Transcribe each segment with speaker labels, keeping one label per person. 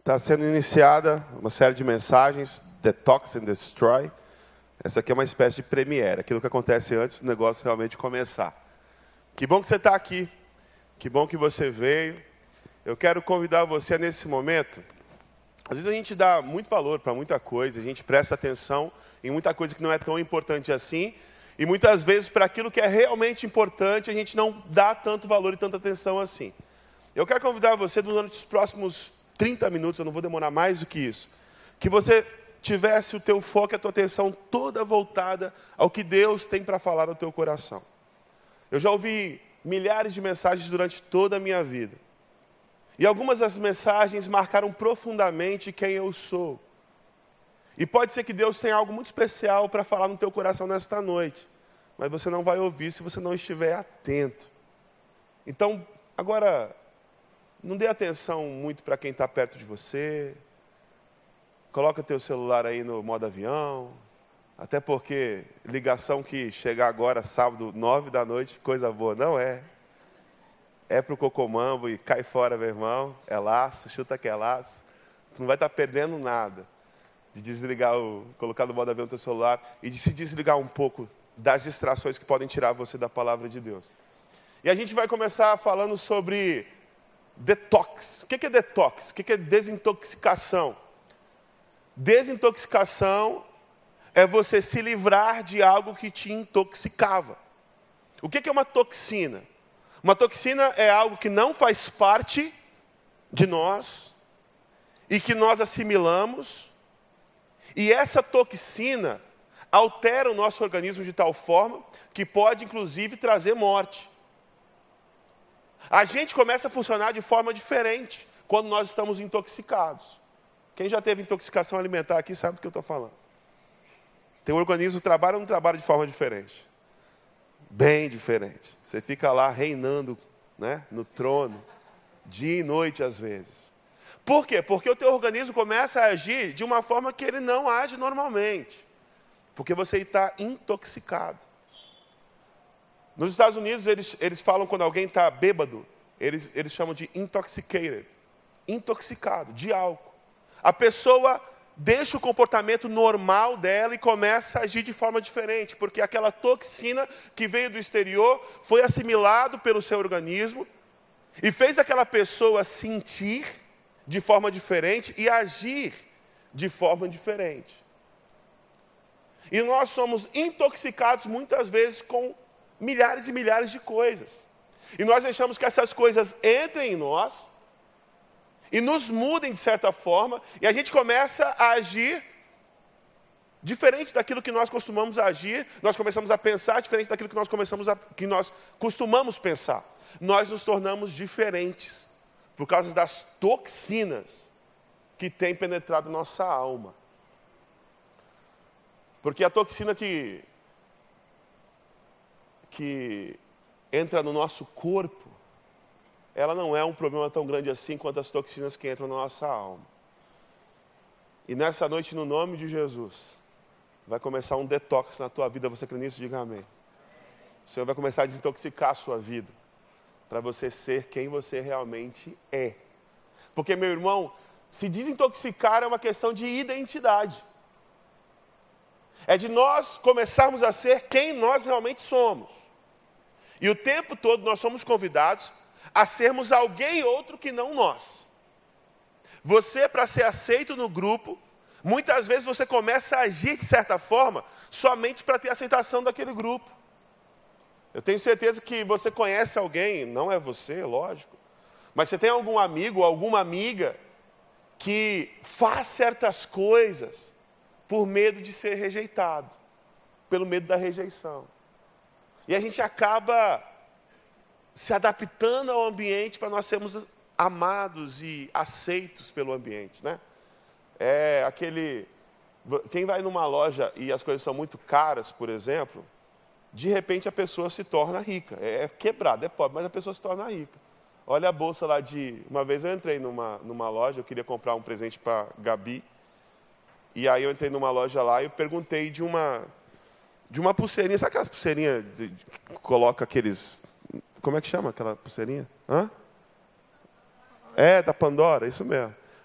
Speaker 1: Está sendo iniciada uma série de mensagens, Detox and Destroy. Essa aqui é uma espécie de premiere, aquilo que acontece antes do negócio realmente começar. Que bom que você está aqui, que bom que você veio. Eu quero convidar você nesse momento. Às vezes a gente dá muito valor para muita coisa, a gente presta atenção em muita coisa que não é tão importante assim, e muitas vezes para aquilo que é realmente importante a gente não dá tanto valor e tanta atenção assim. Eu quero convidar você durante os próximos 30 minutos, eu não vou demorar mais do que isso, que você tivesse o teu foco e a tua atenção toda voltada ao que Deus tem para falar no teu coração. Eu já ouvi milhares de mensagens durante toda a minha vida. E algumas das mensagens marcaram profundamente quem eu sou. E pode ser que Deus tenha algo muito especial para falar no teu coração nesta noite. Mas você não vai ouvir se você não estiver atento. Então, agora, não dê atenção muito para quem está perto de você. Coloca teu celular aí no modo avião. Até porque ligação que chegar agora, sábado, 9 da noite, coisa boa, não é. É para o cocomambo e cai fora, meu irmão. É laço, chuta que é laço. Tu não vai estar perdendo nada de desligar, colocar no modo avião o teu celular e de se desligar um pouco das distrações que podem tirar você da palavra de Deus. E a gente vai começar falando sobre detox. O que é detox? O que é desintoxicação? Desintoxicação é você se livrar de algo que te intoxicava. O que é uma toxina? Uma toxina é algo que não faz parte de nós e que nós assimilamos. E essa toxina altera o nosso organismo de tal forma que pode, inclusive, trazer morte. A gente começa a funcionar de forma diferente quando nós estamos intoxicados. Quem já teve intoxicação alimentar aqui sabe do que eu estou falando. Teu organismo trabalha ou não trabalha de forma diferente? Bem diferente. Você fica lá reinando, né, no trono, dia e noite às vezes. Por quê? Porque o teu organismo começa a agir de uma forma que ele não age normalmente. Porque você está intoxicado. Nos Estados Unidos, eles falam quando alguém está bêbado, eles chamam de intoxicated. Intoxicado, de álcool. A pessoa deixa o comportamento normal dela e começa a agir de forma diferente, porque aquela toxina que veio do exterior foi assimilado pelo seu organismo e fez aquela pessoa sentir de forma diferente e agir de forma diferente. E nós somos intoxicados muitas vezes com milhares e milhares de coisas. E nós deixamos que essas coisas entrem em nós e nos mudem de certa forma, e a gente começa a agir diferente daquilo que nós costumamos agir, nós começamos a pensar diferente daquilo que nós costumamos pensar. Nós nos tornamos diferentes por causa das toxinas que têm penetrado nossa alma. Porque a toxina que entra no nosso corpo, ela não é um problema tão grande assim quanto as toxinas que entram na nossa alma. E nessa noite, no nome de Jesus, vai começar um detox na tua vida. Você crê nisso? Diga amém. O Senhor vai começar a desintoxicar a sua vida, para você ser quem você realmente é. Porque, meu irmão, se desintoxicar é uma questão de identidade. É de nós começarmos a ser quem nós realmente somos. E o tempo todo nós somos convidados a sermos alguém outro que não nós. Você, para ser aceito no grupo, muitas vezes você começa a agir de certa forma somente para ter aceitação daquele grupo. Eu tenho certeza que você conhece alguém, não é você, lógico, mas você tem algum amigo ou alguma amiga que faz certas coisas por medo de ser rejeitado, pelo medo da rejeição. E a gente acaba se adaptando ao ambiente para nós sermos amados e aceitos pelo ambiente, né? É aquele... Quem vai numa loja e as coisas são muito caras, por exemplo, de repente a pessoa se torna rica. É quebrada, é pobre, mas a pessoa se torna rica. Olha a bolsa lá de... Uma vez eu entrei numa loja, eu queria comprar um presente para Gabi, e aí eu entrei numa loja lá e eu perguntei de uma pulseirinha. Sabe aquelas pulseirinhas que coloca aqueles... Como é que chama aquela pulseirinha? Hã? É, da Pandora, isso mesmo.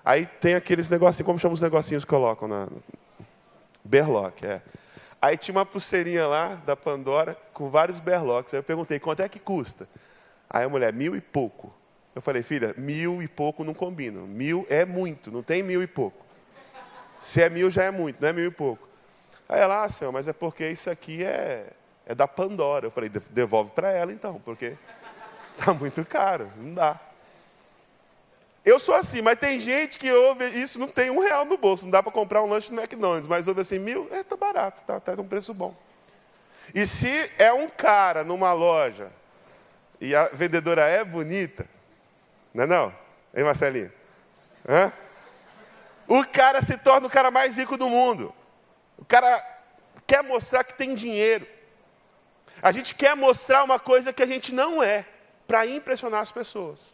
Speaker 1: Aí tem aqueles negocinhos, como chamam os negocinhos que colocam na... Berlock, é. Aí tinha uma pulseirinha lá, da Pandora, com vários berlocks. Aí eu perguntei, quanto é que custa? Aí a mulher, 1.000 e pouco. Eu falei, filha, 1.000 e pouco não combina. 1.000 é muito, não tem 1.000 e pouco. Se é 1.000 já é muito, não é 1.000 e pouco. Aí ela, senhor, mas é porque isso aqui é da Pandora. Eu falei, devolve para ela então, porque está muito caro, não dá. Eu sou assim, mas tem gente que ouve isso, não tem R$1 no bolso, não dá para comprar um lanche no McDonald's, mas ouve assim, 1.000, tá barato, tá um preço bom. E se é um cara numa loja e a vendedora é bonita, não é não? Hein, Marcelinho? Hã? O cara se torna o cara mais rico do mundo. O cara quer mostrar que tem dinheiro. A gente quer mostrar uma coisa que a gente não é, para impressionar as pessoas.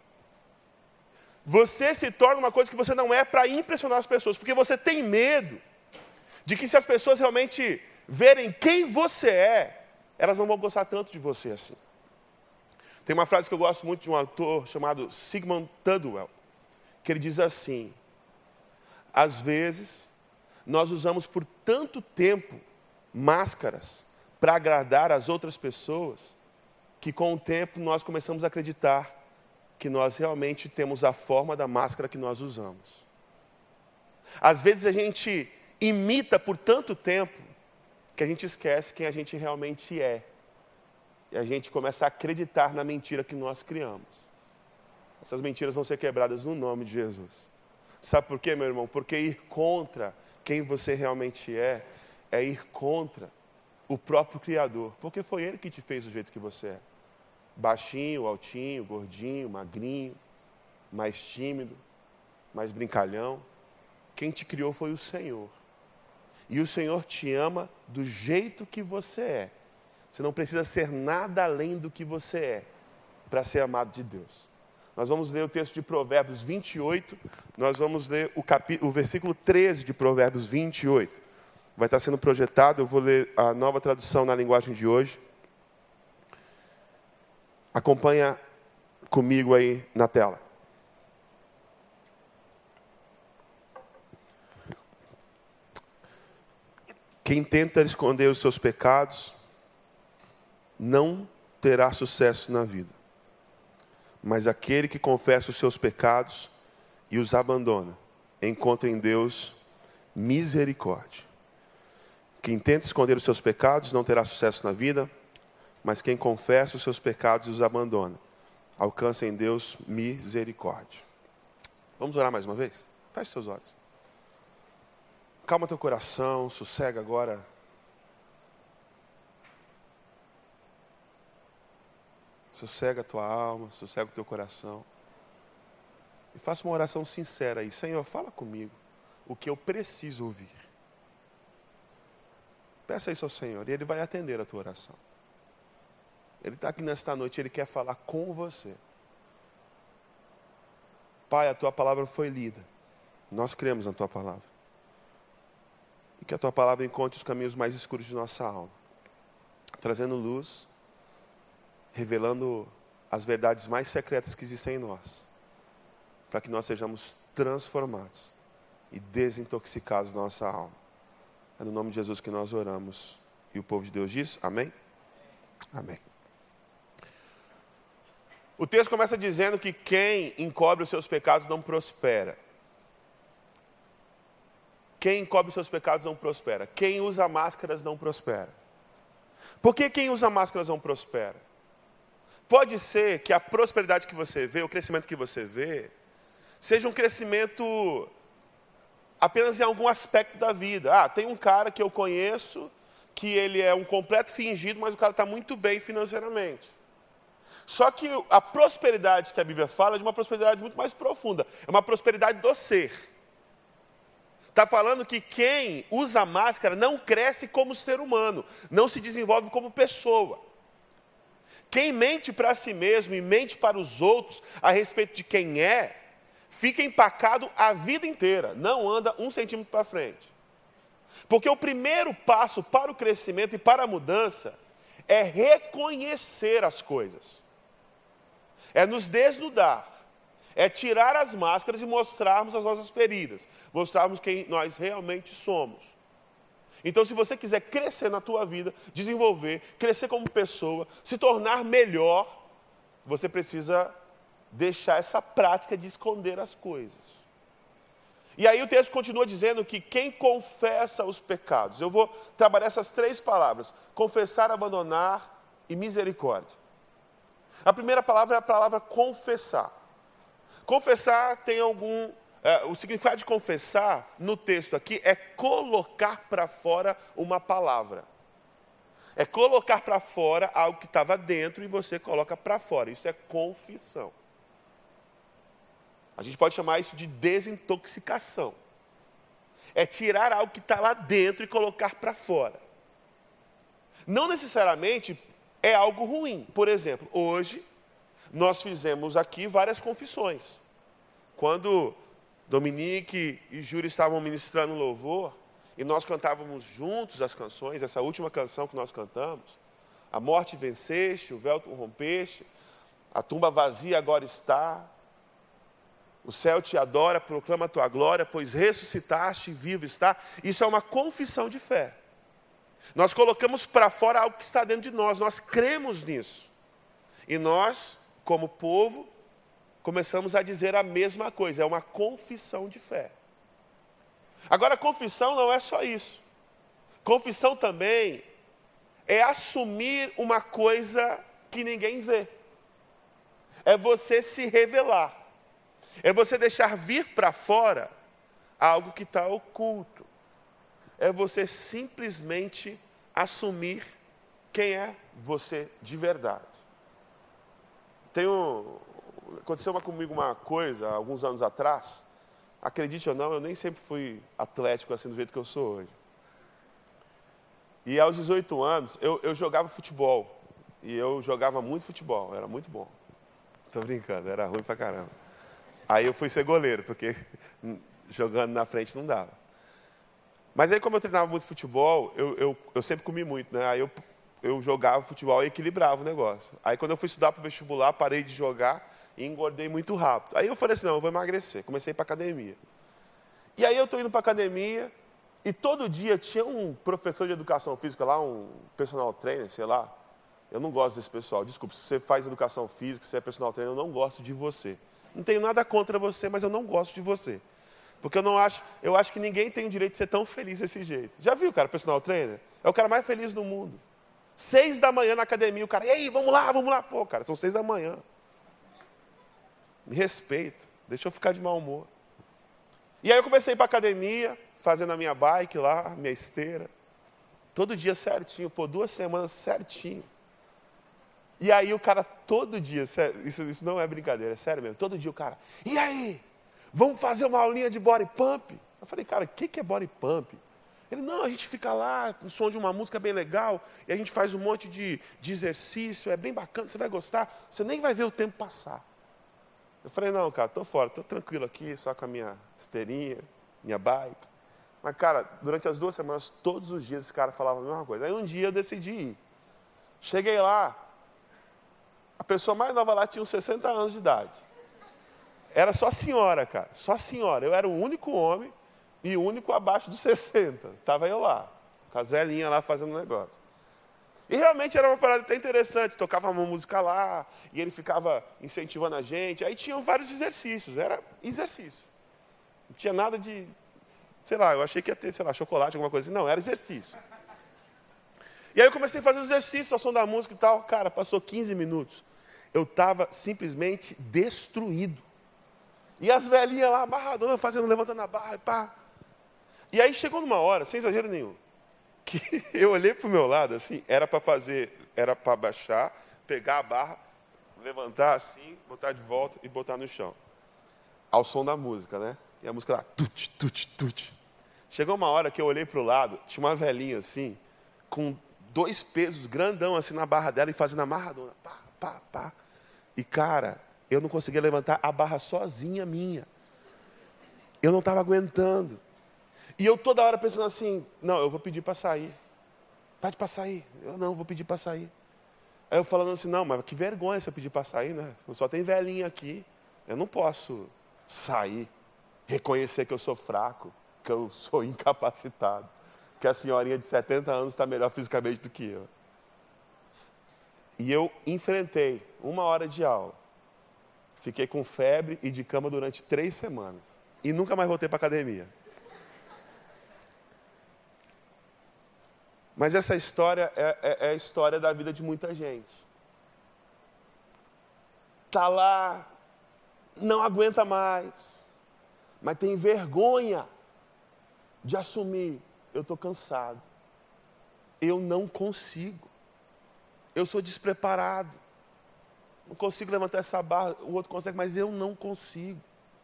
Speaker 1: Você se torna uma coisa que você não é para impressionar as pessoas, porque você tem medo de que se as pessoas realmente verem quem você é, elas não vão gostar tanto de você assim. Tem uma frase que eu gosto muito de um autor chamado Sigmund Tudwell, que ele diz assim: às vezes, nós usamos por tanto tempo máscaras para agradar as outras pessoas, que com o tempo nós começamos a acreditar que nós realmente temos a forma da máscara que nós usamos. Às vezes a gente imita por tanto tempo que a gente esquece quem a gente realmente é. E a gente começa a acreditar na mentira que nós criamos. Essas mentiras vão ser quebradas no nome de Jesus. Sabe por quê, meu irmão? Porque ir contra quem você realmente é ir contra o próprio Criador. Porque foi Ele que te fez do jeito que você é. Baixinho, altinho, gordinho, magrinho, mais tímido, mais brincalhão. Quem te criou foi o Senhor. E o Senhor te ama do jeito que você é. Você não precisa ser nada além do que você é para ser amado de Deus. Nós vamos ler o texto de Provérbios 28, nós vamos ler o versículo 13 de Provérbios 28. Vai estar sendo projetado, eu vou ler a nova tradução na linguagem de hoje. Acompanha comigo aí na tela. Quem tenta esconder os seus pecados não terá sucesso na vida. Mas aquele que confessa os seus pecados e os abandona, encontra em Deus misericórdia. Quem tenta esconder os seus pecados não terá sucesso na vida, mas quem confessa os seus pecados e os abandona, alcança em Deus misericórdia. Vamos orar mais uma vez? Feche seus olhos. Calma teu coração, sossega agora. Sossega a tua alma, sossega o teu coração. E faça uma oração sincera aí. Senhor, fala comigo o que eu preciso ouvir. Peça isso ao Senhor e Ele vai atender a tua oração. Ele está aqui nesta noite, Ele quer falar com você. Pai, a tua palavra foi lida. Nós cremos na tua palavra. E que a tua palavra encontre os caminhos mais escuros de nossa alma, trazendo luz, revelando as verdades mais secretas que existem em nós, para que nós sejamos transformados e desintoxicados da nossa alma. É no nome de Jesus que nós oramos. E o povo de Deus diz, amém? Amém. O texto começa dizendo que quem encobre os seus pecados não prospera. Quem encobre os seus pecados não prospera. Quem usa máscaras não prospera. Por que quem usa máscaras não prospera? Pode ser que a prosperidade que você vê, o crescimento que você vê, seja um crescimento apenas em algum aspecto da vida. Tem um cara que eu conheço, que ele é um completo fingido, mas o cara está muito bem financeiramente. Só que a prosperidade que a Bíblia fala é de uma prosperidade muito mais profunda. É uma prosperidade do ser. Está falando que quem usa máscara não cresce como ser humano, não se desenvolve como pessoa. Quem mente para si mesmo e mente para os outros a respeito de quem é, fica empacado a vida inteira, não anda 1 centímetro para frente. Porque o primeiro passo para o crescimento e para a mudança é reconhecer as coisas. É nos desnudar. É tirar as máscaras e mostrarmos as nossas feridas. Mostrarmos quem nós realmente somos. Então, se você quiser crescer na tua vida, desenvolver, crescer como pessoa, se tornar melhor, você precisa deixar essa prática de esconder as coisas. E aí o texto continua dizendo que quem confessa os pecados, eu vou trabalhar essas 3 palavras, confessar, abandonar e misericórdia. A primeira palavra é a palavra confessar. Confessar tem o significado de confessar no texto aqui é colocar para fora uma palavra. É colocar para fora algo que estava dentro e você coloca para fora. Isso é confissão. A gente pode chamar isso de desintoxicação. É tirar algo que está lá dentro e colocar para fora. Não necessariamente é algo ruim. Por exemplo, hoje nós fizemos aqui várias confissões. Quando Dominique e Júlio estavam ministrando louvor, e nós cantávamos juntos as canções, essa última canção que nós cantamos, a morte venceste, o véu tu rompeste, a tumba vazia agora está, o céu te adora, proclama a tua glória, pois ressuscitaste e vivo está. Isso é uma confissão de fé. Nós colocamos para fora algo que está dentro de nós, nós cremos nisso. E nós, como povo, começamos a dizer a mesma coisa, é uma confissão de fé. Agora, confissão não é só isso. Confissão também é assumir uma coisa que ninguém vê. É você se revelar. É você deixar vir para fora algo que está oculto. É você simplesmente assumir quem é você de verdade. Aconteceu comigo uma coisa, alguns anos atrás, acredite ou não, eu nem sempre fui atlético assim do jeito que eu sou hoje. E aos 18 anos, eu jogava futebol. E eu jogava muito futebol, era muito bom. Estou brincando, era ruim pra caramba. Aí eu fui ser goleiro, porque jogando na frente não dava. Mas aí como eu treinava muito futebol, eu sempre comi muito, né? Aí eu jogava futebol e equilibrava o negócio. Aí quando eu fui estudar para o vestibular, parei de jogar e engordei muito rápido. Aí eu falei assim, não, eu vou emagrecer. Comecei a ir para academia. E aí eu estou indo para academia e todo dia tinha um professor de educação física lá, um personal trainer, sei lá. Eu não gosto desse pessoal. Desculpa, se você faz educação física, se você é personal trainer, eu não gosto de você. Não tenho nada contra você, mas eu não gosto de você. Porque eu acho que ninguém tem o direito de ser tão feliz desse jeito. Já viu, cara, personal trainer? É o cara mais feliz do mundo. 6 da manhã na academia, o cara, e aí, vamos lá. Pô, cara, são 6 da manhã. Me respeita, deixa eu ficar de mau humor. E aí eu comecei para a academia, fazendo a minha bike lá, minha esteira. Todo dia certinho, 2 semanas certinho. E aí o cara todo dia, isso não é brincadeira, é sério mesmo, todo dia o cara, e aí, vamos fazer uma aulinha de body pump? Eu falei, cara, o que é body pump? Ele, não, a gente fica lá, no som de uma música bem legal, e a gente faz um monte de exercício, é bem bacana, você vai gostar, você nem vai ver o tempo passar. Eu falei, não, cara, estou fora, estou tranquilo aqui, só com a minha esteirinha, minha bike. Mas, cara, durante as 2 semanas, todos os dias esse cara falava a mesma coisa. Aí um dia eu decidi ir. Cheguei lá, a pessoa mais nova lá tinha uns 60 anos de idade. Era só senhora, cara, só senhora. Eu era o único homem e o único abaixo dos 60. Estava eu lá, com as velhinhas lá fazendo negócio. E realmente era uma parada até interessante. Tocava uma música lá, e ele ficava incentivando a gente. Aí tinham vários exercícios, era exercício. Não tinha nada de, sei lá, eu achei que ia ter, sei lá, chocolate, alguma coisa assim. Não, era exercício. E aí eu comecei a fazer os exercícios ao som da música e tal. Cara, passou 15 minutos. Eu estava simplesmente destruído. E as velhinhas lá, amarradona, levantando a barra, pá. E aí chegou numa hora, sem exagero nenhum, que eu olhei para o meu lado, assim, era para baixar, pegar a barra, levantar assim, botar de volta e botar no chão. Ao som da música, né? E a música lá, tut, tut, tut. Chegou uma hora que eu olhei para o lado, tinha uma velhinha assim, com 2 pesos grandão assim na barra dela e fazendo amarradona, pá, pá, pá. E, cara, eu não conseguia levantar a barra sozinha minha. Eu não estava aguentando. E eu toda hora pensando assim, não, eu vou pedir para sair. Pede para sair. Eu não, vou pedir para sair. Aí eu falando assim, não, mas que vergonha se eu pedir para sair, né? Só tem velhinha aqui. Eu não posso sair, reconhecer que eu sou fraco, que eu sou incapacitado, que a senhorinha de 70 anos está melhor fisicamente do que eu. E eu enfrentei 1 hora de aula. Fiquei com febre e de cama durante 3 semanas. E nunca mais voltei para a academia. Mas essa história é a história da vida de muita gente. Está lá, não aguenta mais, mas tem vergonha de assumir: eu estou cansado, eu não consigo, eu sou despreparado, não consigo levantar essa barra, o outro consegue, mas eu não consigo.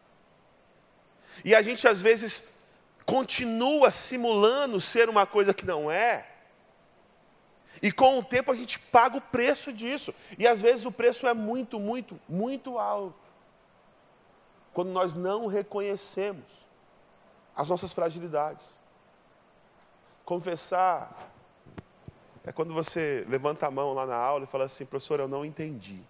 Speaker 1: E a gente às vezes continua simulando ser uma coisa que não é, e com o tempo a gente paga o preço disso. E às vezes o preço é muito, muito, muito alto. Quando nós não reconhecemos as nossas fragilidades. Confessar é quando você levanta a mão lá na aula e fala assim: professor, eu não entendi.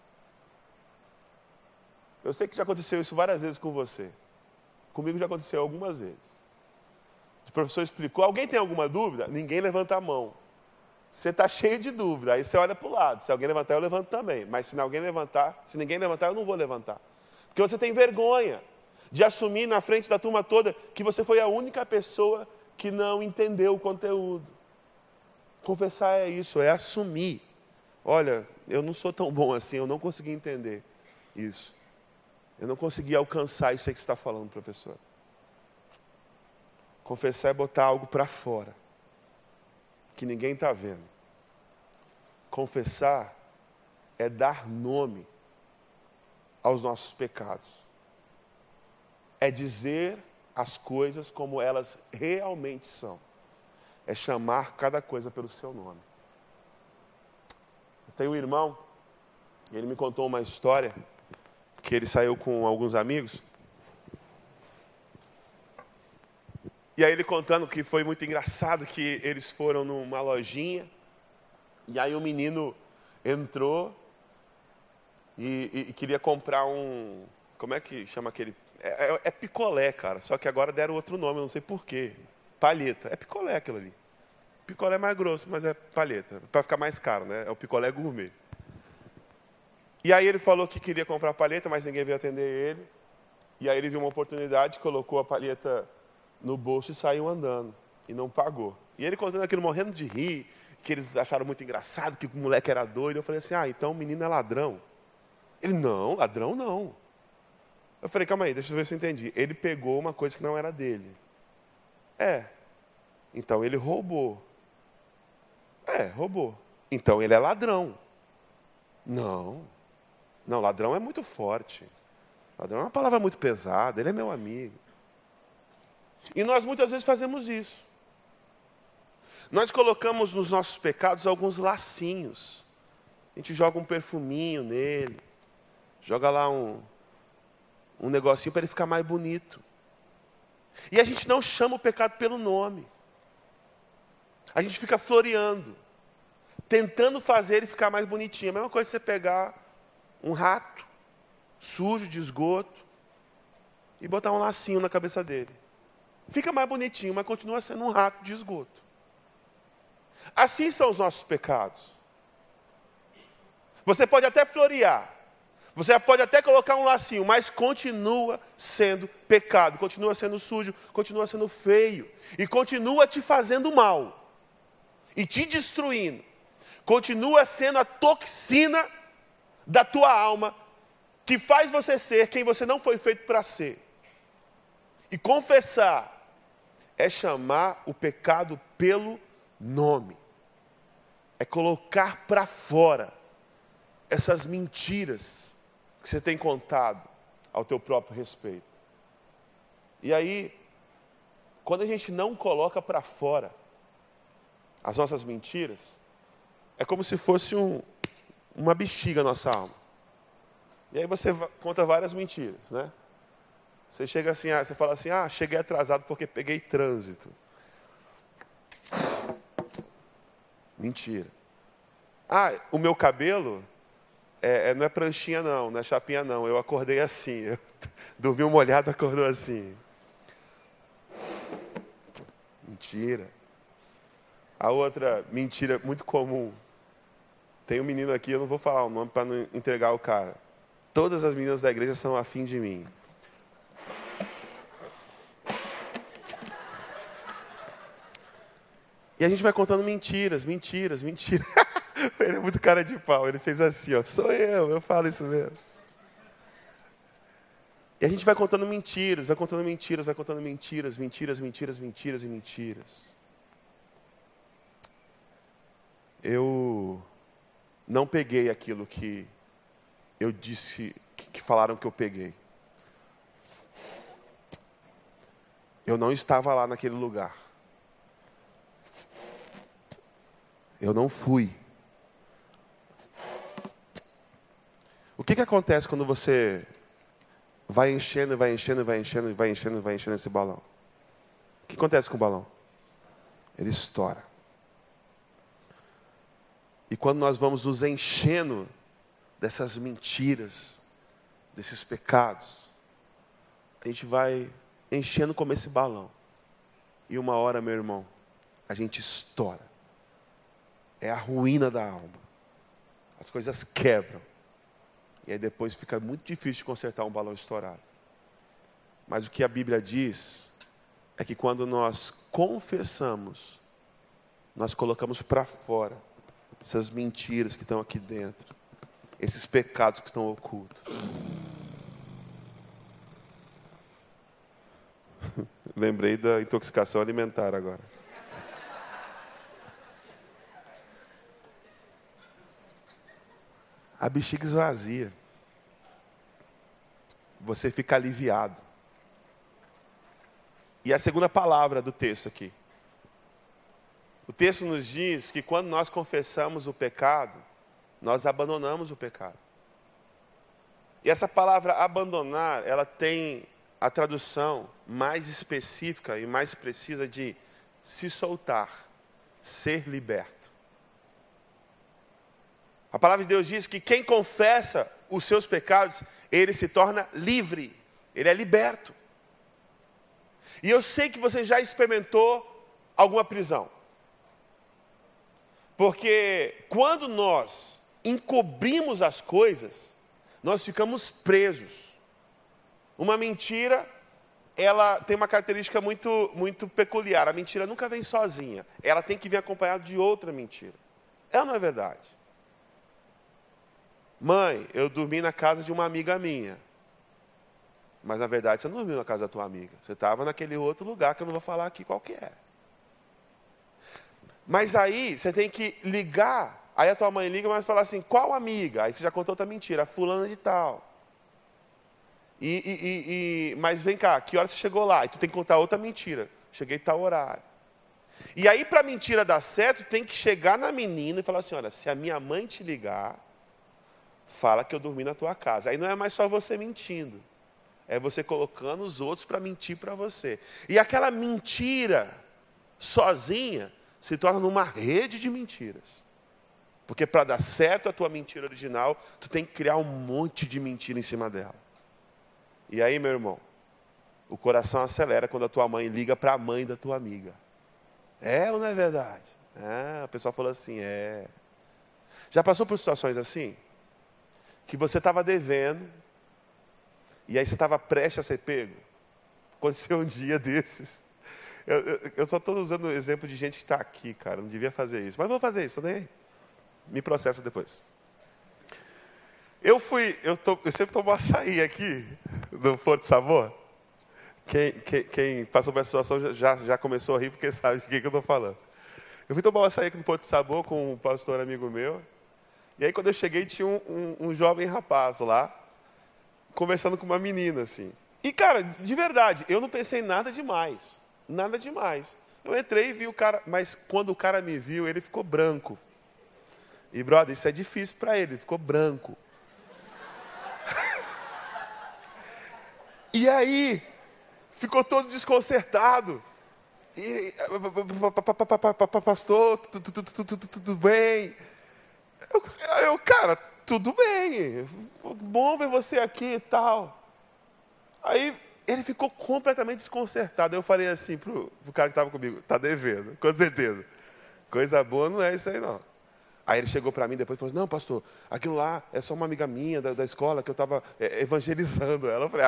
Speaker 1: Eu sei que já aconteceu isso várias vezes com você. Comigo já aconteceu algumas vezes. O professor explicou, alguém tem alguma dúvida? Ninguém levanta a mão. Você está cheio de dúvida, aí você olha para o lado. Se alguém levantar, eu levanto também. Mas se ninguém levantar, eu não vou levantar. Porque você tem vergonha de assumir na frente da turma toda que você foi a única pessoa que não entendeu o conteúdo. Confessar é isso, é assumir. Olha, eu não sou tão bom assim, eu não consegui entender isso. Eu não consegui alcançar isso aí que você está falando, professor. Confessar é botar algo para fora, que ninguém está vendo. Confessar é dar nome aos nossos pecados. É dizer as coisas como elas realmente são. É chamar cada coisa pelo seu nome. Eu tenho um irmão, ele me contou uma história, que ele saiu com alguns amigos. E aí ele contando que foi muito engraçado, que eles foram numa lojinha, e aí o menino entrou e queria comprar um... Como é que chama aquele... É picolé, cara, só que agora deram outro nome, eu não sei porquê. Palheta, é picolé aquilo ali. Picolé é mais grosso, mas é palheta, para ficar mais caro, né? É o picolé gourmet. E aí ele falou que queria comprar a palheta, mas ninguém veio atender ele. E aí ele viu uma oportunidade, colocou a palheta no bolso e saiu andando. E não pagou. E ele contando aquilo, morrendo de rir, que eles acharam muito engraçado, que o moleque era doido. Eu falei assim: então o menino é ladrão. Ele: não, ladrão não. Eu falei: calma aí, deixa eu ver se eu entendi. Ele pegou uma coisa que não era dele. Então ele roubou. Roubou. Então ele é ladrão. Não, ladrão é muito forte. Ladrão é uma palavra muito pesada, ele é meu amigo. E nós muitas vezes fazemos isso. Nós colocamos nos nossos pecados alguns lacinhos. A gente joga um perfuminho nele, joga lá um negocinho para ele ficar mais bonito. E a gente não chama o pecado pelo nome. A gente fica floreando, tentando fazer ele ficar mais bonitinho. A mesma coisa você pegar um rato sujo de esgoto e botar um lacinho na cabeça dele. Fica mais bonitinho, mas continua sendo um rato de esgoto. Assim são os nossos pecados. Você pode até florear, você pode até colocar um lacinho, mas continua sendo pecado, continua sendo sujo, continua sendo feio, e continua te fazendo mal, e te destruindo. Continua sendo a toxina da tua alma, que faz você ser quem você não foi feito para ser. E confessar é chamar o pecado pelo nome. É colocar para fora essas mentiras que você tem contado ao teu próprio respeito. E aí, quando a gente não coloca para fora as nossas mentiras, é como se fosse uma bexiga na nossa alma. E aí você conta várias mentiras, né? Você chega assim, você fala assim: cheguei atrasado porque peguei trânsito. Mentira. O meu cabelo não é pranchinha não é chapinha não. Eu acordei assim. Eu dormi molhado, acordou assim. Mentira. A outra mentira muito comum. Tem um menino aqui, eu não vou falar o nome para não entregar o cara. Todas as meninas da igreja são afim de mim. E a gente vai contando mentiras. Ele é muito cara de pau. Ele fez assim, ó. Sou eu falo isso mesmo. E a gente vai contando mentiras. Eu não peguei aquilo que eu disse, que falaram que eu peguei. Eu não estava lá naquele lugar. Eu não fui. O que acontece quando você vai enchendo esse balão? O que acontece com o balão? Ele estoura. E quando nós vamos nos enchendo dessas mentiras, desses pecados, a gente vai enchendo como esse balão. E uma hora, meu irmão, a gente estoura. É a ruína da alma. As coisas quebram. E aí depois fica muito difícil de consertar um balão estourado. Mas o que a Bíblia diz é que quando nós confessamos, nós colocamos para fora essas mentiras que estão aqui dentro, esses pecados que estão ocultos. Lembrei da intoxicação alimentar agora. A bexiga esvazia. Você fica aliviado. E a segunda palavra do texto aqui. O texto nos diz que quando nós confessamos o pecado, nós abandonamos o pecado. E essa palavra abandonar, ela tem a tradução mais específica e mais precisa de se soltar, ser liberto. A palavra de Deus diz que quem confessa os seus pecados, ele se torna livre, ele é liberto. E eu sei que você já experimentou alguma prisão. Porque quando nós encobrimos as coisas, nós ficamos presos. Uma mentira, ela tem uma característica muito peculiar. A mentira nunca vem sozinha. Ela tem que vir acompanhada de outra mentira. É ou não é verdade? Mãe, eu dormi na casa de uma amiga minha. Mas na verdade você não dormiu na casa da tua amiga. Você estava naquele outro lugar que eu não vou falar aqui qual que é. Mas aí você tem que ligar. Aí a tua mãe liga, mas fala assim, qual amiga? Aí você já contou outra mentira, a fulana de tal. Mas vem cá, que hora você chegou lá? E tu tem que contar outra mentira. Cheguei tal horário. E aí para a mentira dar certo, tem que chegar na menina e falar assim, olha, se a minha mãe te ligar, fala que eu dormi na tua casa. Aí não é mais só você mentindo. É você colocando os outros para mentir para você. E aquela mentira sozinha se torna numa rede de mentiras. Porque para dar certo a tua mentira original, tu tem que criar um monte de mentira em cima dela. E aí, meu irmão, o coração acelera quando a tua mãe liga para a mãe da tua amiga. É ou não é verdade? O pessoal falou assim, Já passou por situações assim? Que você estava devendo, e aí você estava prestes a ser pego? Aconteceu um dia desses. Eu só estou usando o exemplo de gente que está aqui, cara. Não devia fazer isso. Mas vou fazer isso, nem. Me processa depois. Eu sempre tomo açaí aqui, no Porto Sabor. Quem passou por essa situação já começou a rir, porque sabe de que eu estou falando. Eu fui tomar um açaí aqui no Porto Sabor com um pastor amigo meu. E aí quando eu cheguei, tinha um jovem rapaz lá, conversando com uma menina, assim. E, cara, de verdade, eu não pensei nada demais. Nada demais. Eu entrei e vi o cara, mas quando o cara me viu, ele ficou branco. E, brother, isso é difícil para ele ficou branco. E aí, ficou todo desconcertado. E, pastor, tudo bem? Cara, tudo bem, bom ver você aqui e tal. Aí ele ficou completamente desconcertado. Eu falei assim pro cara que estava comigo, tá devendo, com certeza. Coisa boa não é isso aí não. Aí ele chegou para mim depois e falou assim, não, pastor, aquilo lá é só uma amiga minha da escola que eu estava evangelizando ela. Eu falei,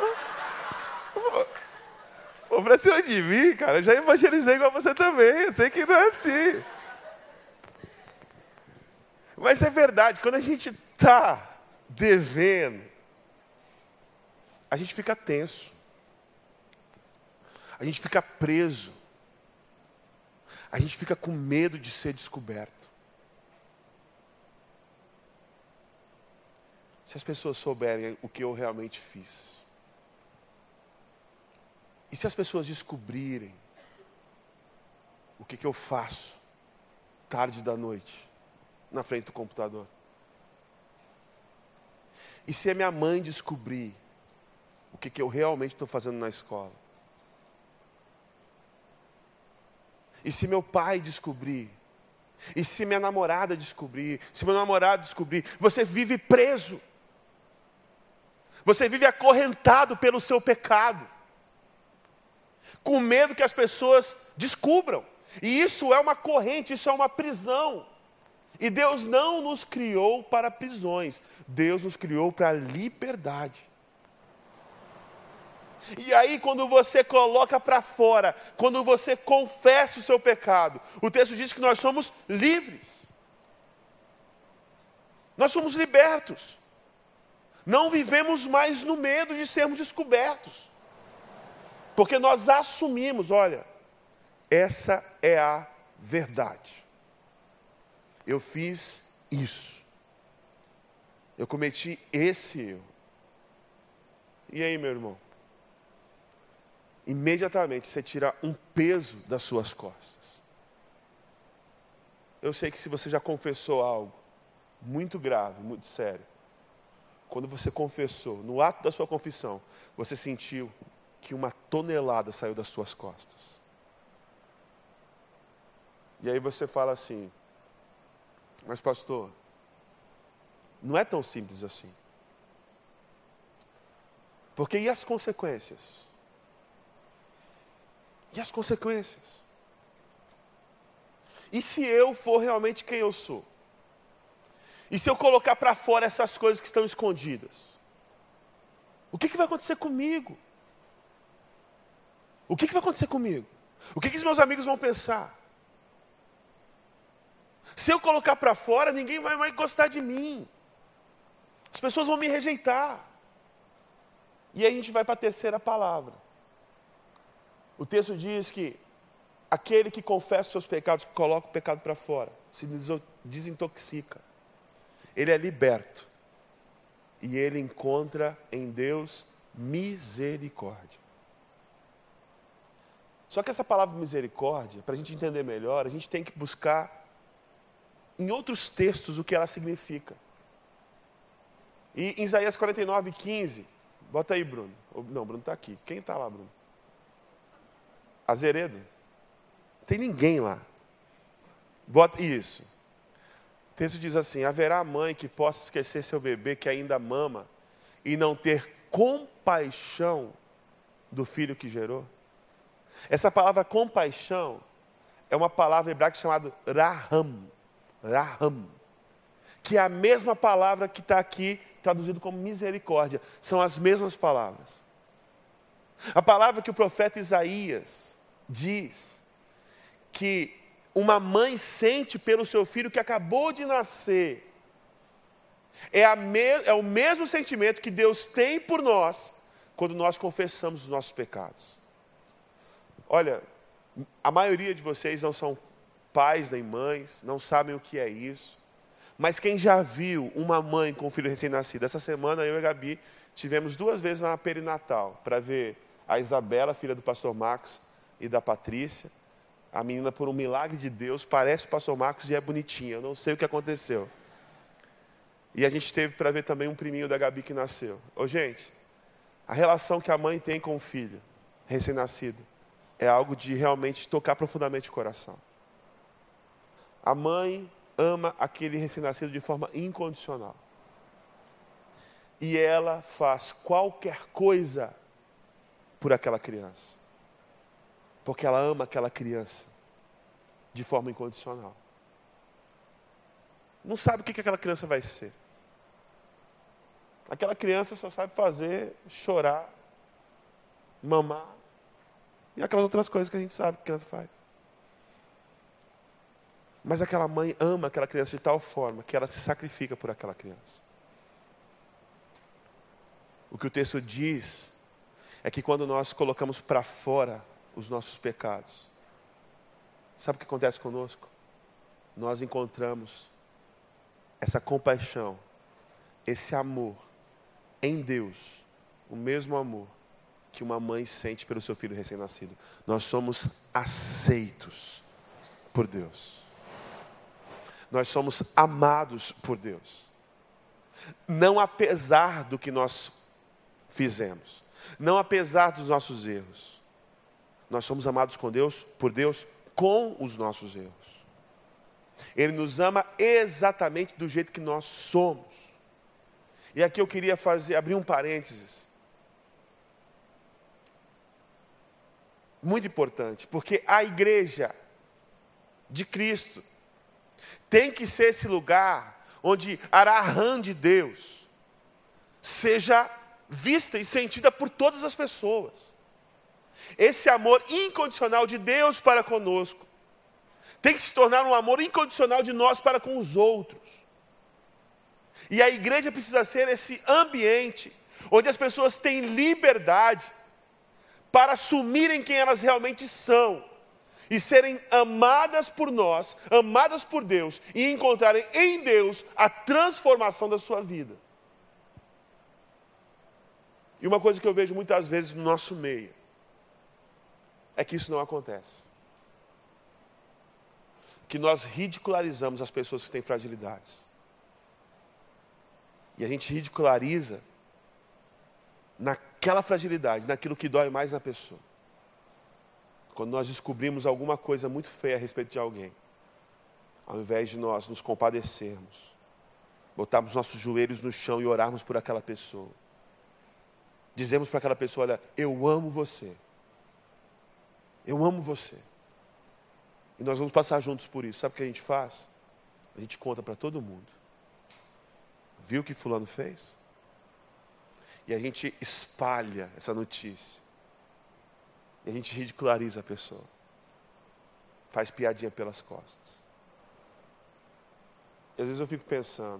Speaker 1: pô, pra cima de mim, cara, eu já evangelizei igual você também, eu sei que não é assim. Mas é verdade, quando a gente está devendo, a gente fica tenso, a gente fica preso, a gente fica com medo de ser descoberto. Se as pessoas souberem o que eu realmente fiz, e se as pessoas descobrirem o que eu faço tarde da noite, na frente do computador, e se a minha mãe descobrir o que eu realmente estou fazendo na escola, e se meu pai descobrir, e se minha namorada descobrir, se meu namorado descobrir, você vive preso. Você vive acorrentado pelo seu pecado, com medo que as pessoas descubram. E isso é uma corrente, isso é uma prisão. E Deus não nos criou para prisões, Deus nos criou para liberdade. E aí, quando você coloca para fora, quando você confessa o seu pecado, o texto diz que nós somos livres. Nós somos libertos. Não vivemos mais no medo de sermos descobertos. Porque nós assumimos, olha, essa é a verdade. Eu fiz isso. Eu cometi esse erro. E aí, meu irmão? Imediatamente você tira um peso das suas costas. Eu sei que se você já confessou algo muito grave, muito sério, quando você confessou, no ato da sua confissão, você sentiu que uma tonelada saiu das suas costas. E aí você fala assim, mas pastor, não é tão simples assim. Porque e as consequências? E as consequências? E se eu for realmente quem eu sou? E se eu colocar para fora essas coisas que estão escondidas? O que vai acontecer comigo? O que vai acontecer comigo? O que os meus amigos vão pensar? Se eu colocar para fora, ninguém vai mais gostar de mim. As pessoas vão me rejeitar. E aí a gente vai para a terceira palavra. O texto diz que aquele que confessa os seus pecados, que coloca o pecado para fora, se desintoxica. Ele é liberto. E ele encontra em Deus misericórdia. Só que essa palavra misericórdia, para a gente entender melhor, a gente tem que buscar em outros textos o que ela significa. E em Isaías 49:15, bota aí, Bruno. Não, Bruno está aqui. Quem está lá, Bruno? Azeredo? Não tem ninguém lá. Bota isso. O texto diz assim, haverá mãe que possa esquecer seu bebê que ainda mama e não ter compaixão do filho que gerou? Essa palavra compaixão é uma palavra hebraica chamada raham, que é a mesma palavra que está aqui traduzido como misericórdia. São as mesmas palavras. A palavra que o profeta Isaías diz que uma mãe sente pelo seu filho que acabou de nascer é o mesmo sentimento que Deus tem por nós quando nós confessamos os nossos pecados. Olha, a maioria de vocês não são pais nem mães, não sabem o que é isso. Mas quem já viu uma mãe com um filho recém-nascido? Essa semana eu e a Gabi tivemos 2 vezes na perinatal para ver a Isabela, filha do pastor Marcos e da Patrícia. A menina, por um milagre de Deus, parece o pastor Marcos e é bonitinha. Eu não sei o que aconteceu. E a gente teve para ver também um priminho da Gabi que nasceu. Gente, a relação que a mãe tem com o filho recém-nascido é algo de realmente tocar profundamente o coração. A mãe ama aquele recém-nascido de forma incondicional. E ela faz qualquer coisa por aquela criança. Porque ela ama aquela criança de forma incondicional. Não sabe o que aquela criança vai ser. Aquela criança só sabe fazer, chorar, mamar e aquelas outras coisas que a gente sabe que a criança faz. Mas aquela mãe ama aquela criança de tal forma que ela se sacrifica por aquela criança. O que o texto diz é que quando nós colocamos para fora os nossos pecados, sabe o que acontece conosco? Nós encontramos essa compaixão, esse amor em Deus, o mesmo amor que uma mãe sente pelo seu filho recém-nascido. Nós somos aceitos por Deus. Nós somos amados por Deus. Não apesar do que nós fizemos, não apesar dos nossos erros. Nós somos amados por Deus com os nossos erros. Ele nos ama exatamente do jeito que nós somos. E aqui eu queria abrir um parênteses. Muito importante, porque a igreja de Cristo tem que ser esse lugar onde a Arahã de Deus seja vista e sentida por todas as pessoas. Esse amor incondicional de Deus para conosco tem que se tornar um amor incondicional de nós para com os outros. E a igreja precisa ser esse ambiente onde as pessoas têm liberdade para assumirem quem elas realmente são e serem amadas por nós, amadas por Deus e encontrarem em Deus a transformação da sua vida. E uma coisa que eu vejo muitas vezes no nosso meio é que isso não acontece. Que nós ridicularizamos as pessoas que têm fragilidades. E a gente ridiculariza naquela fragilidade, naquilo que dói mais na pessoa. Quando nós descobrimos alguma coisa muito feia a respeito de alguém, ao invés de nós nos compadecermos, botarmos nossos joelhos no chão e orarmos por aquela pessoa, dizemos para aquela pessoa: olha, eu amo você. Eu amo você. E nós vamos passar juntos por isso. Sabe o que a gente faz? A gente conta para todo mundo. Viu o que fulano fez? E a gente espalha essa notícia. E a gente ridiculariza a pessoa. Faz piadinha pelas costas. E às vezes eu fico pensando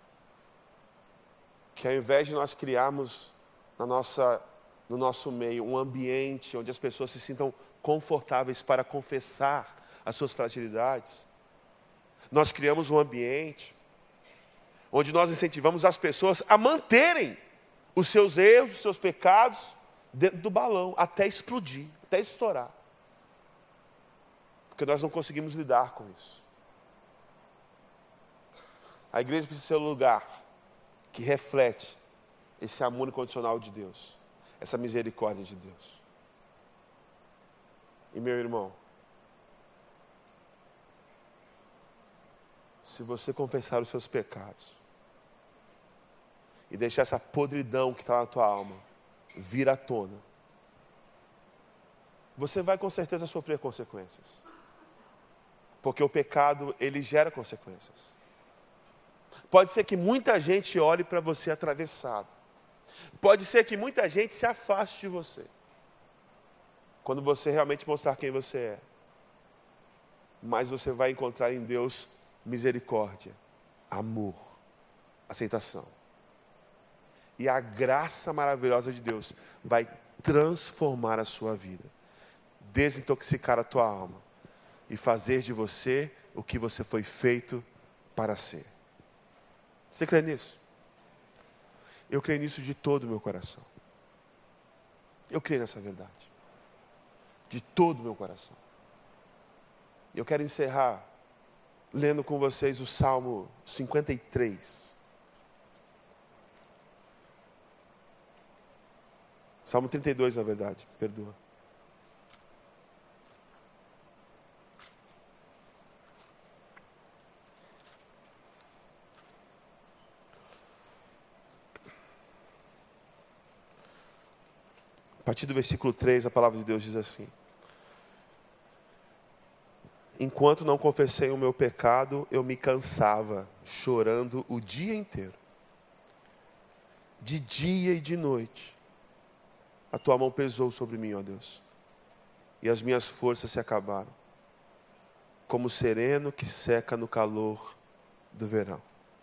Speaker 1: que ao invés de nós criarmos no nosso meio um ambiente onde as pessoas se sintam confortáveis para confessar as suas fragilidades, nós criamos um ambiente onde nós incentivamos as pessoas a manterem os seus erros, os seus pecados dentro do balão, até explodir, até estourar. Porque nós não conseguimos lidar com isso. A igreja precisa ser o lugar que reflete esse amor incondicional de Deus, essa misericórdia de Deus. E meu irmão, se você confessar os seus pecados e deixar essa podridão que está na tua alma vir à tona, você vai com certeza sofrer consequências. Porque o pecado, ele gera consequências. Pode ser que muita gente olhe para você atravessado. Pode ser que muita gente se afaste de você. Quando você realmente mostrar quem você é. Mas você vai encontrar em Deus misericórdia, amor, aceitação. E a graça maravilhosa de Deus vai transformar a sua vida, desintoxicar a tua alma e fazer de você o que você foi feito para ser. Você crê nisso? Eu creio nisso de todo o meu coração. Eu creio nessa verdade. De todo o meu coração. Eu quero encerrar lendo com vocês o Salmo 53. Salmo 32, na verdade, perdoa. partir do versículo 3, a palavra de Deus diz assim: enquanto não confessei o meu pecado, eu me cansava, chorando o dia inteiro. De dia e de noite, a tua mão pesou sobre mim, ó Deus, e as minhas forças se acabaram, como o sereno que seca no calor do verão.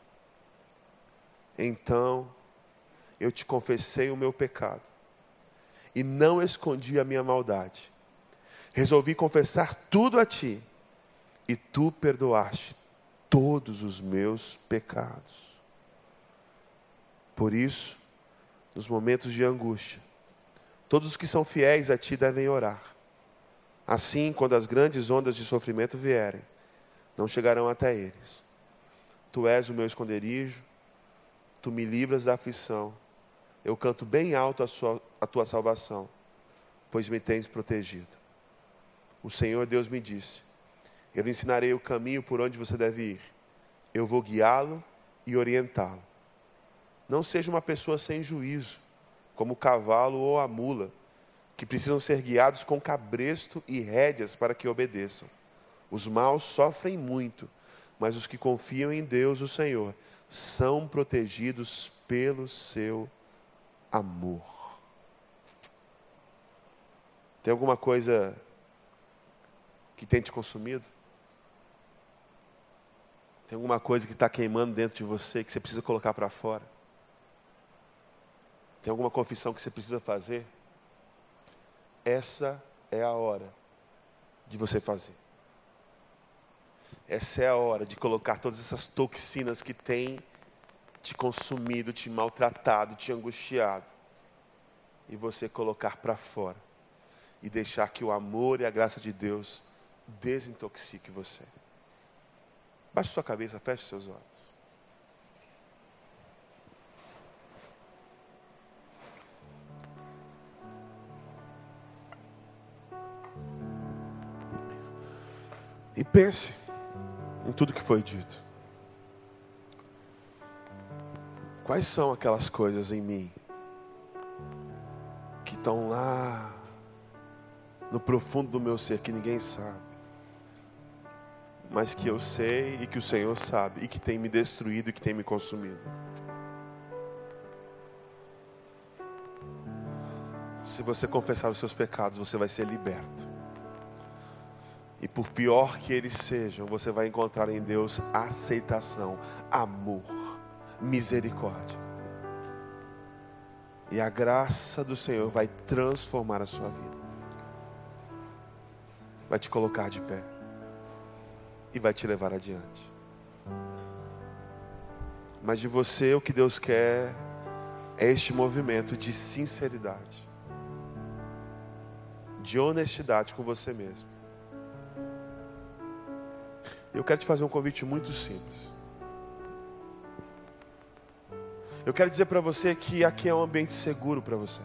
Speaker 1: Então, eu te confessei o meu pecado, e não escondi a minha maldade. Resolvi confessar tudo a ti, e tu perdoaste todos os meus pecados. Por isso, nos momentos de angústia, todos os que são fiéis a ti devem orar. Assim, quando as grandes ondas de sofrimento vierem, não chegarão até eles. Tu és o meu esconderijo, tu me livras da aflição. Eu canto bem alto a tua salvação, pois me tens protegido. O Senhor Deus me disse: eu lhe ensinarei o caminho por onde você deve ir. Eu vou guiá-lo e orientá-lo. Não seja uma pessoa sem juízo, como o cavalo ou a mula, que precisam ser guiados com cabresto e rédeas para que obedeçam. Os maus sofrem muito, mas os que confiam em Deus, o Senhor, são protegidos pelo seu amor. Tem alguma coisa que tem te consumido? Tem alguma coisa que está queimando dentro de você que você precisa colocar para fora? Tem alguma confissão que você precisa fazer? Essa é a hora de você fazer. Essa é a hora de colocar todas essas toxinas que têm te consumido, te maltratado, te angustiado. E você colocar para fora. E deixar que o amor e a graça de Deus desintoxique você. Baixe sua cabeça, feche seus olhos. E pense em tudo que foi dito. Quais são aquelas coisas em mim que estão lá no profundo do meu ser que ninguém sabe, mas que eu sei e que o Senhor sabe, e que tem me destruído e que tem me consumido? Se você confessar os seus pecados, você vai ser liberto. E por pior que eles sejam, você vai encontrar em Deus aceitação, amor, misericórdia. E a graça do Senhor vai transformar a sua vida. Vai te colocar de pé. E vai te levar adiante. Mas de você o que Deus quer é este movimento de sinceridade, de honestidade com você mesmo. Eu quero te fazer um convite muito simples. Eu quero dizer para você que aqui é um ambiente seguro para você.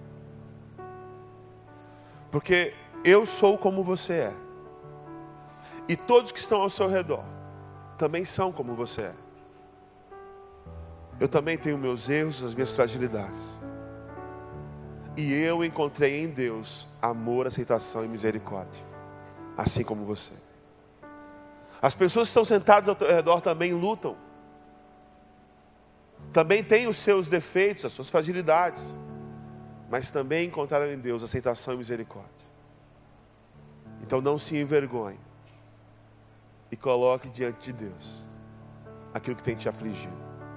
Speaker 1: Porque eu sou como você é. E todos que estão ao seu redor também são como você é. Eu também tenho meus erros, as minhas fragilidades. E eu encontrei em Deus amor, aceitação e misericórdia. Assim como você. As pessoas que estão sentadas ao teu redor também lutam. Também têm os seus defeitos, as suas fragilidades. Mas também encontraram em Deus aceitação e misericórdia. Então não se envergonhe. E coloque diante de Deus aquilo que tem te afligido.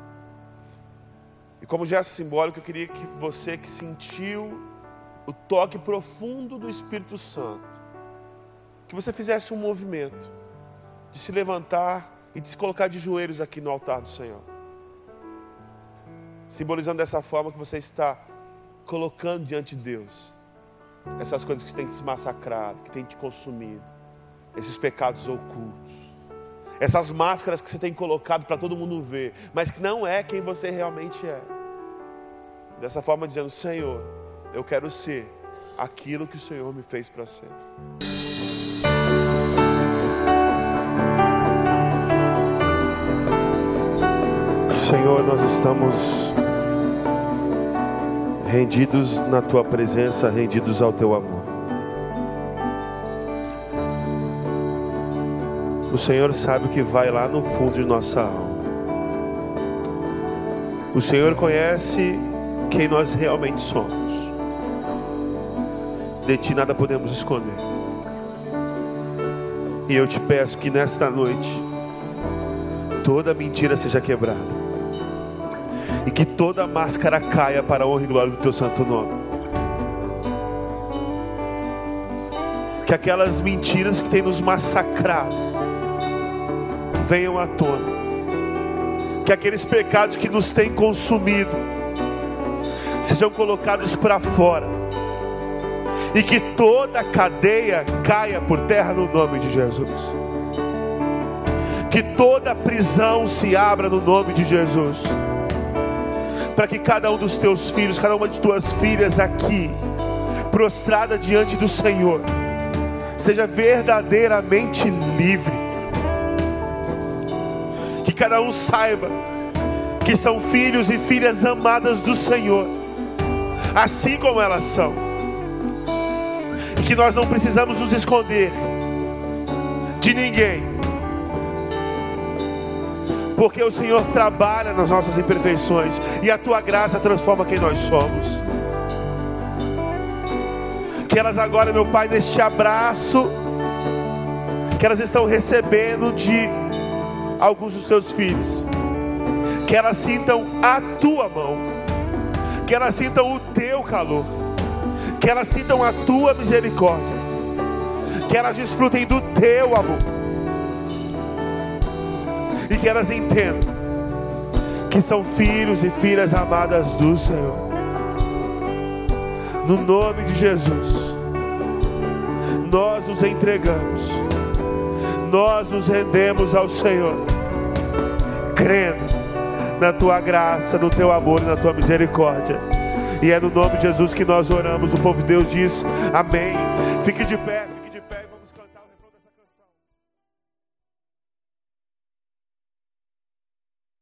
Speaker 1: E como gesto simbólico, eu queria que você que sentiu o toque profundo do Espírito Santo, que você fizesse um movimento de se levantar e de se colocar de joelhos aqui no altar do Senhor. Simbolizando dessa forma que você está colocando diante de Deus essas coisas que têm te massacrado, que têm te consumido, esses pecados ocultos, essas máscaras que você tem colocado para todo mundo ver, mas que não é quem você realmente é. Dessa forma dizendo: Senhor, eu quero ser aquilo que o Senhor me fez para ser. Senhor, nós estamos rendidos na tua presença, rendidos ao teu amor. O Senhor sabe o que vai lá no fundo de nossa alma. O Senhor conhece quem nós realmente somos. De ti nada podemos esconder. E eu te peço que nesta noite toda mentira seja quebrada, e que toda máscara caia para a honra e glória do teu santo nome. Que aquelas mentiras que têm nos massacrado venham à tona. Que aqueles pecados que nos têm consumido sejam colocados para fora, e que toda a cadeia caia por terra no nome de Jesus. Que toda a prisão se abra no nome de Jesus, para que cada um dos teus filhos, cada uma de tuas filhas aqui, prostrada diante do Senhor, seja verdadeiramente livre. Que cada um saiba que são filhos e filhas amadas do Senhor, assim como elas são. E que nós não precisamos nos esconder de ninguém, porque o Senhor trabalha nas nossas imperfeições, e a tua graça transforma quem nós somos. Que elas agora, meu Pai, neste abraço que elas estão recebendo de alguns dos teus filhos, que elas sintam a tua mão, que elas sintam o teu calor, que elas sintam a tua misericórdia, que elas desfrutem do teu amor, e que elas entendam que são filhos e filhas amadas do Senhor. No nome de Jesus, nós nos entregamos, nós nos rendemos ao Senhor, crendo na tua graça, no teu amor e na tua misericórdia. E é no nome de Jesus que nós oramos. O povo de Deus diz amém. Fique de pé, vamos cantar.